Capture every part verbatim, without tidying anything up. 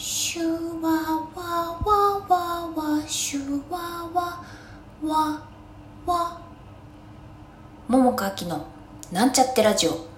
シュワワワワワシュワワワワ桃佳明のなんちゃってラジオ。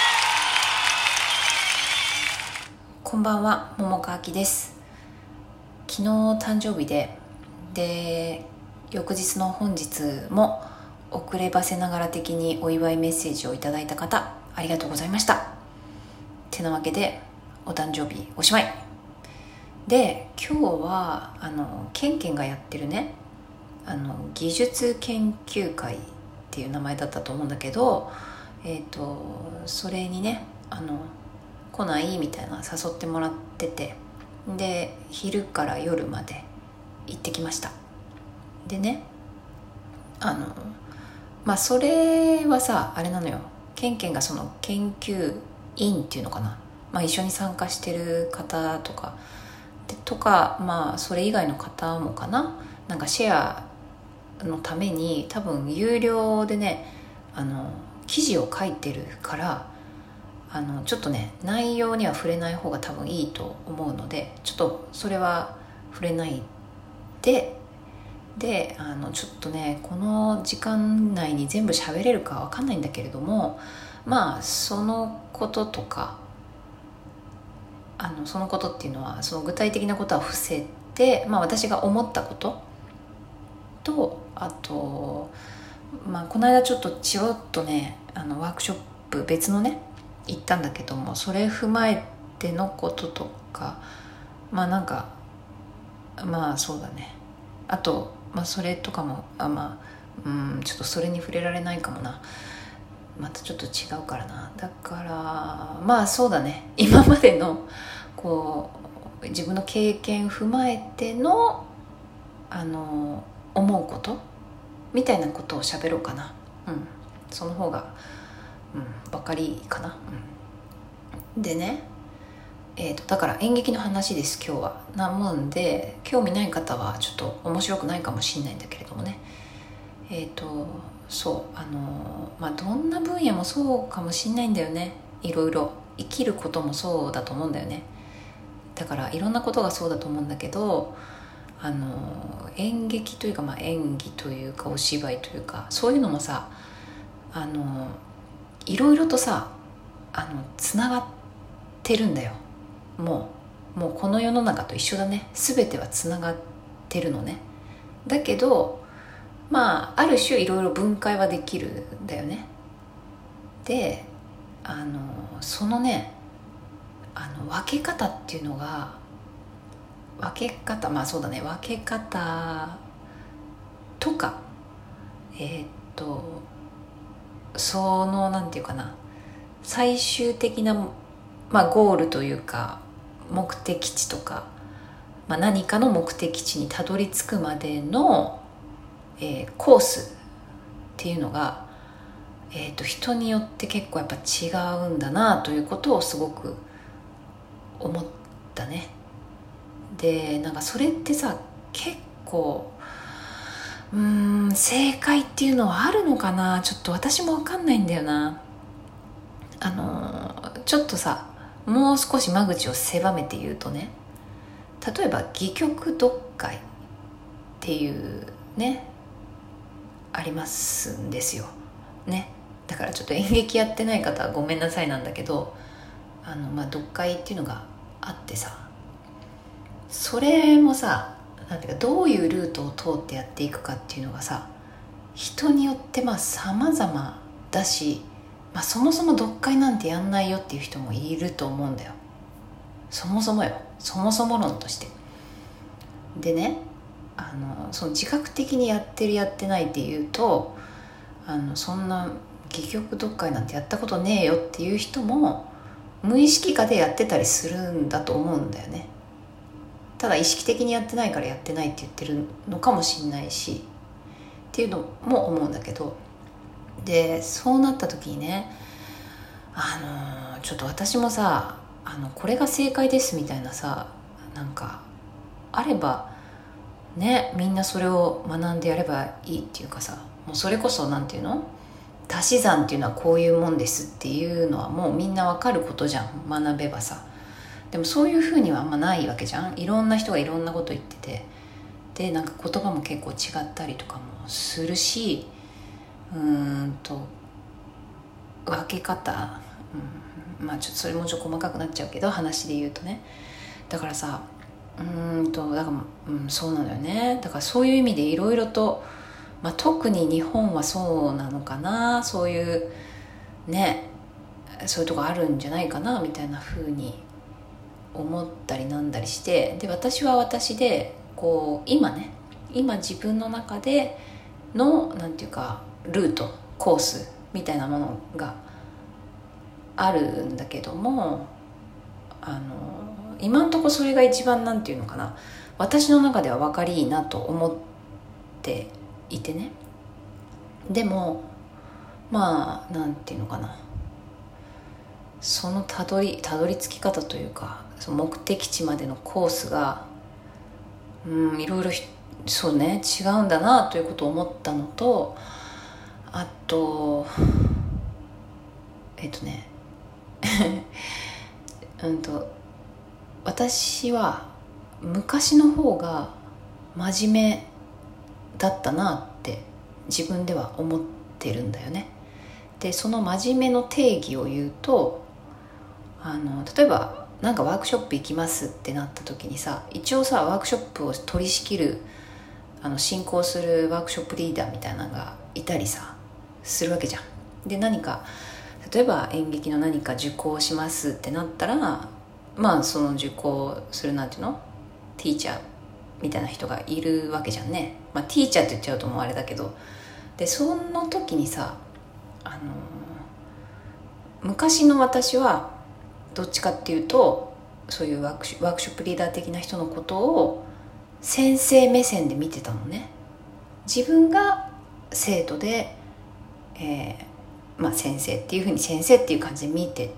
こんばんは、桃佳明です。昨日誕生日でで翌日の本日も遅ればせながら的にお祝いメッセージをいただいた方、ありがとうございました。てなわけでお誕生日おしまいで、今日はあのケンケンがやってるね、あの技術研究会っていう名前だったと思うんだけど、えーとそれにね、あの来ないみたいな誘ってもらってて、で昼から夜まで行ってきました。でね、あのまあそれはさ、あれなのよ、ケンケンがその研究員っていうのかな、まあ、一緒に参加してる方とかでとか、まあそれ以外の方もかな、なんかシェアのために多分有料でね、あの記事を書いてるから、あのちょっとね内容には触れない方が多分いいと思うので、ちょっとそれは触れないでであのちょっとね、この時間内に全部喋れるかわかんないんだけれども、まあそのこととか、あのそのことっていうのはその具体的なことは伏せて、まあ、私が思ったことと、あと、まあ、この間ちょっとちょっとね、あのワークショップ別のね行ったんだけども、それ踏まえてのこととか、まあなんかまあそうだね、あと、まあ、それとかもあまあうんちょっとそれに触れられないかもな、またちょっと違うからな。だからまあそうだね、今までのこう自分の経験踏まえてのあの思うことみたいなことを喋ろうかな。うんその方が、うん、分かりいいかな。うん、でね、えーと、だから演劇の話です今日は。なもんで興味ない方はちょっと面白くないかもしれないんだけれどもね、えーとそうあのまあどんな分野もそうかもしれないんだよね。いろいろ生きることもそうだと思うんだよね。だからいろんなことがそうだと思うんだけど、あの演劇というか、まあ、演技というかお芝居というか、そういうのもさ、あのいろいろとさ、あのつながってるんだよ。もうもうこの世の中と一緒だね。全てはつながってるのね。だけどまあある種いろいろ分解はできるんだよね。であのそのね、あの分け方っていうのが、分け方まあそうだね分け方とか、えー、っとそのなんていうかな、最終的な、まあ、ゴールというか目的地とか、まあ、何かの目的地にたどり着くまでの、えー、コースっていうのが、えー、と人によって結構やっぱ違うんだなということをすごく思ったね。でなんかそれってさ、結構うーん正解っていうのはあるのかな、ちょっと私も分かんないんだよな。あのちょっとさ、もう少し間口を狭めて言うとね、例えば戯曲読解っていうねありますんですよね。だからちょっと演劇やってない方はごめんなさいなんだけど、あの、まあ、読解っていうのがあってさ、それもさ、なんていうか、どういうルートを通ってやっていくかっていうのがさ、人によってまあ様々だし、まあ、そもそも読解なんてやんないよっていう人もいると思うんだよ。そもそもよ、そもそも論として。でね、あのその自覚的にやってるやってないっていうと、あのそんな戯曲読解なんてやったことねえよっていう人も無意識化でやってたりするんだと思うんだよね。ただ意識的にやってないからやってないって言ってるのかもしれないしっていうのも思うんだけど、でそうなった時にね、あのちょっと私もさ、あのこれが正解ですみたいなさ、なんかあればね、みんなそれを学んでやればいいっていうかさ、もうそれこそなんていうの、足し算っていうのはこういうもんですっていうのはもうみんなわかることじゃん、学べばさ。 でもそういうふうにはあんまないわけじゃん。いろんな人がいろんなこと言ってて、でなんか言葉も結構違ったりとかもするし、うーんと分け方、うん、まあちょっとそれもちょっと細かくなっちゃうけど話で言うとね。だからさ、うーんとだから、うん、そうなのよね。だからそういう意味でいろいろと、まあ、特に日本はそうなのかな、そういうね、そういうとこあるんじゃないかなみたいな風に思ったりなんだりして、で私は私でこう今ね、今自分の中でのなんていうかルートコースみたいなものがあるんだけども、あの今んとこそれが一番なんていうのかな、私の中では分かりいいなと思っていてね。でもまあなんていうのかな、そのたどりたどり着き方というか、その目的地までのコースがうんいろいろそうね違うんだなということを思ったのと、あとえっとねうんと私は昔の方が真面目だったなって自分では思ってるんだよね。でその真面目の定義を言うと、あの例えばなんかワークショップ行きますってなった時にさ、一応さワークショップを取り仕切るあの進行するワークショップリーダーみたいなのがいたりさするわけじゃん。で何か例えば演劇の何か受講しますってなったら、まあその受講するなんていうのティーチャーみたいな人がいるわけじゃんね。まあティーチャーって言っちゃうともうあれだけど、でその時にさ、あのー、昔の私はどっちかっていうとそういうワークショ、ワークショップリーダー的な人のことを先生目線で見てたのね。自分が生徒で、えーまあ、先生っていうふうに先生っていう感じで見てって、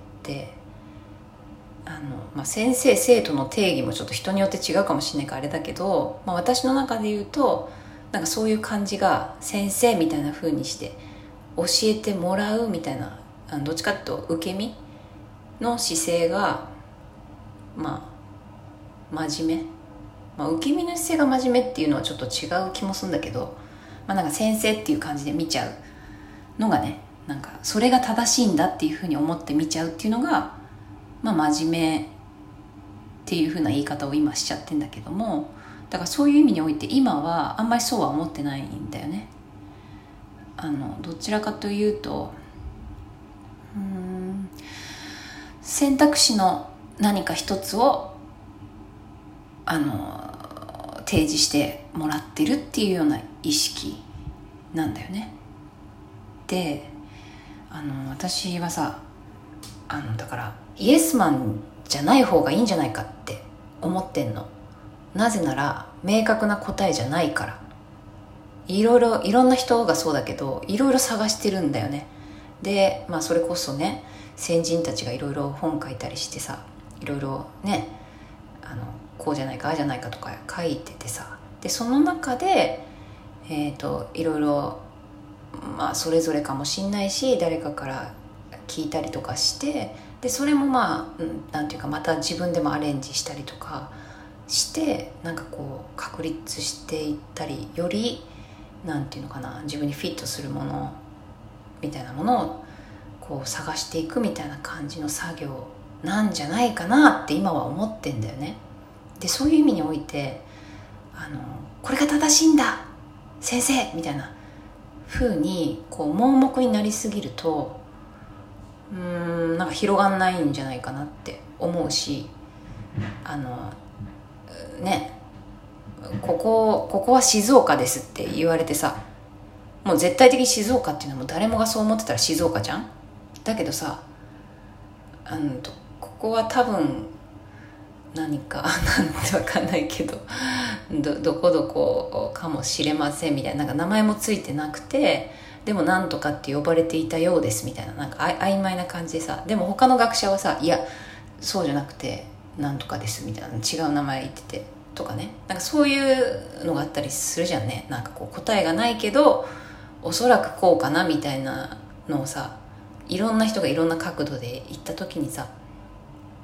あの、まあ、先生生徒の定義もちょっと人によって違うかもしれないからあれだけど、まあ、私の中で言うとなんかそういう感じが先生みたいなふうにして教えてもらうみたいな、あのどっちかっていうと受け身の姿勢がまあ真面目、まあ、受け身の姿勢が真面目っていうのはちょっと違う気もするんだけど、まあ、なんか先生っていう感じで見ちゃうのがね、なんかそれが正しいんだっていうふうに思って見ちゃうっていうのが、まあ、真面目っていうふうな言い方を今しちゃってんだけども、だからそういう意味において今はあんまりそうは思ってないんだよね。あのどちらかというと、うーん選択肢の何か一つをあの提示してもらってるっていうような意識なんだよね。であの私はさ、あのだからイエスマンじゃない方がいいんじゃないかって思ってんの。なぜなら明確な答えじゃないから。いろいろいろんな人がそうだけどいろいろ探してるんだよね。でまあそれこそね、先人たちがいろいろ本書いたりしてさ、いろいろね、あのこうじゃないかああじゃないかとか書いててさ、でその中でえっといろいろまあそれぞれかもしんないし誰かから聞いたりとかして、でそれもまあ、うん、なんていうかまた自分でもアレンジしたりとかしてなんかこう確立していったり、よりなんていうのかな、自分にフィットするものみたいなものをこう探していくみたいな感じの作業なんじゃないかなって今は思ってんだよね。でそういう意味においてあのこれが正しいんだ先生みたいな風にこう盲目になりすぎるとうーんなんか広がんないんじゃないかなって思うし、あのねここここは静岡ですって言われてさ、もう絶対的に静岡っていうのはもう誰もがそう思ってたら静岡じゃん。だけどさ、あのここは多分何かなんてわかんないけど ど, どこどこかもしれませんみたいな、なんか名前もついてなくてでもなんとかって呼ばれていたようですみたいな、なんかあ曖昧な感じでさ、でも他の学者はさいやそうじゃなくてなんとかですみたいな違う名前言っててとかね、なんかそういうのがあったりするじゃんね。なんかこう答えがないけどおそらくこうかなみたいなのをさ、いろんな人がいろんな角度で言った時にさ、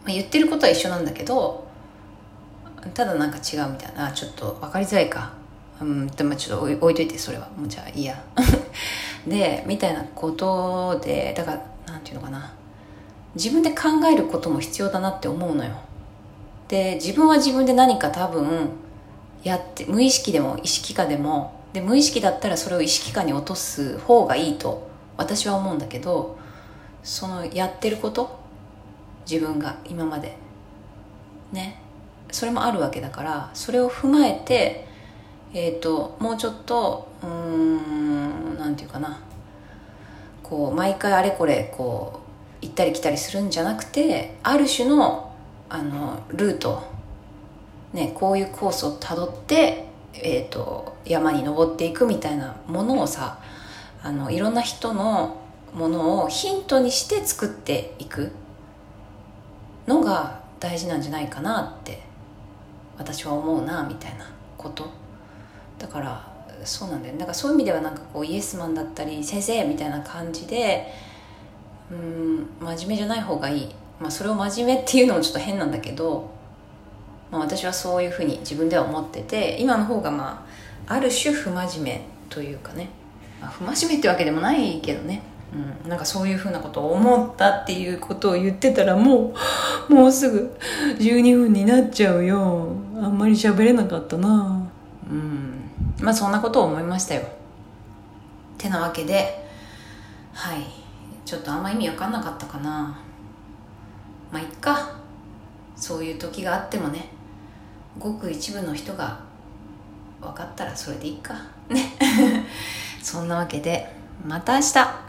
あ、言ってることは一緒なんだけど、ただなんか違うみたいな、ちょっと分かりづらいか、うん、でもちょっと置いといて、それはもうじゃあいいやでみたいなことで、だからなんていうのかな、自分で考えることも必要だなって思うのよ。で自分は自分で何か多分やって、無意識でも意識下でも、で無意識だったらそれを意識下に落とす方がいいと私は思うんだけど、そのやってること、自分が今までね、それもあるわけだから、それを踏まえて、えーと、もうちょっとうーんなんていうかな、こう毎回あれこれこう行ったり来たりするんじゃなくて、ある種のあのルート、ね、こういうコースをたどって、えーと、山に登っていくみたいなものをさ、あのいろんな人のものをヒントにして作っていくのが大事なんじゃないかなって私は思うな、みたいなことだから、そうなんだよね。だからそういう意味ではなんかこうイエスマンだったり先生みたいな感じで、うーん真面目じゃない方がいい、まあ、それを真面目っていうのもちょっと変なんだけど、まあ、私はそういうふうに自分では思ってて、今の方がまあある種不真面目というかね、まあ、不真面目ってわけでもないけどね、うん、なんかそういうふうなことを思ったっていうことを言ってたら、もうもうすぐじゅうにふんになっちゃうよ。あんまり喋れなかったな。うん、まあそんなことを思いましたよ。てなわけで、はい、ちょっとあんま意味わかんなかったかな。まあいっか、そういう時があってもね、ごく一部の人が分かったらそれでいいかねそんなわけでまた明日。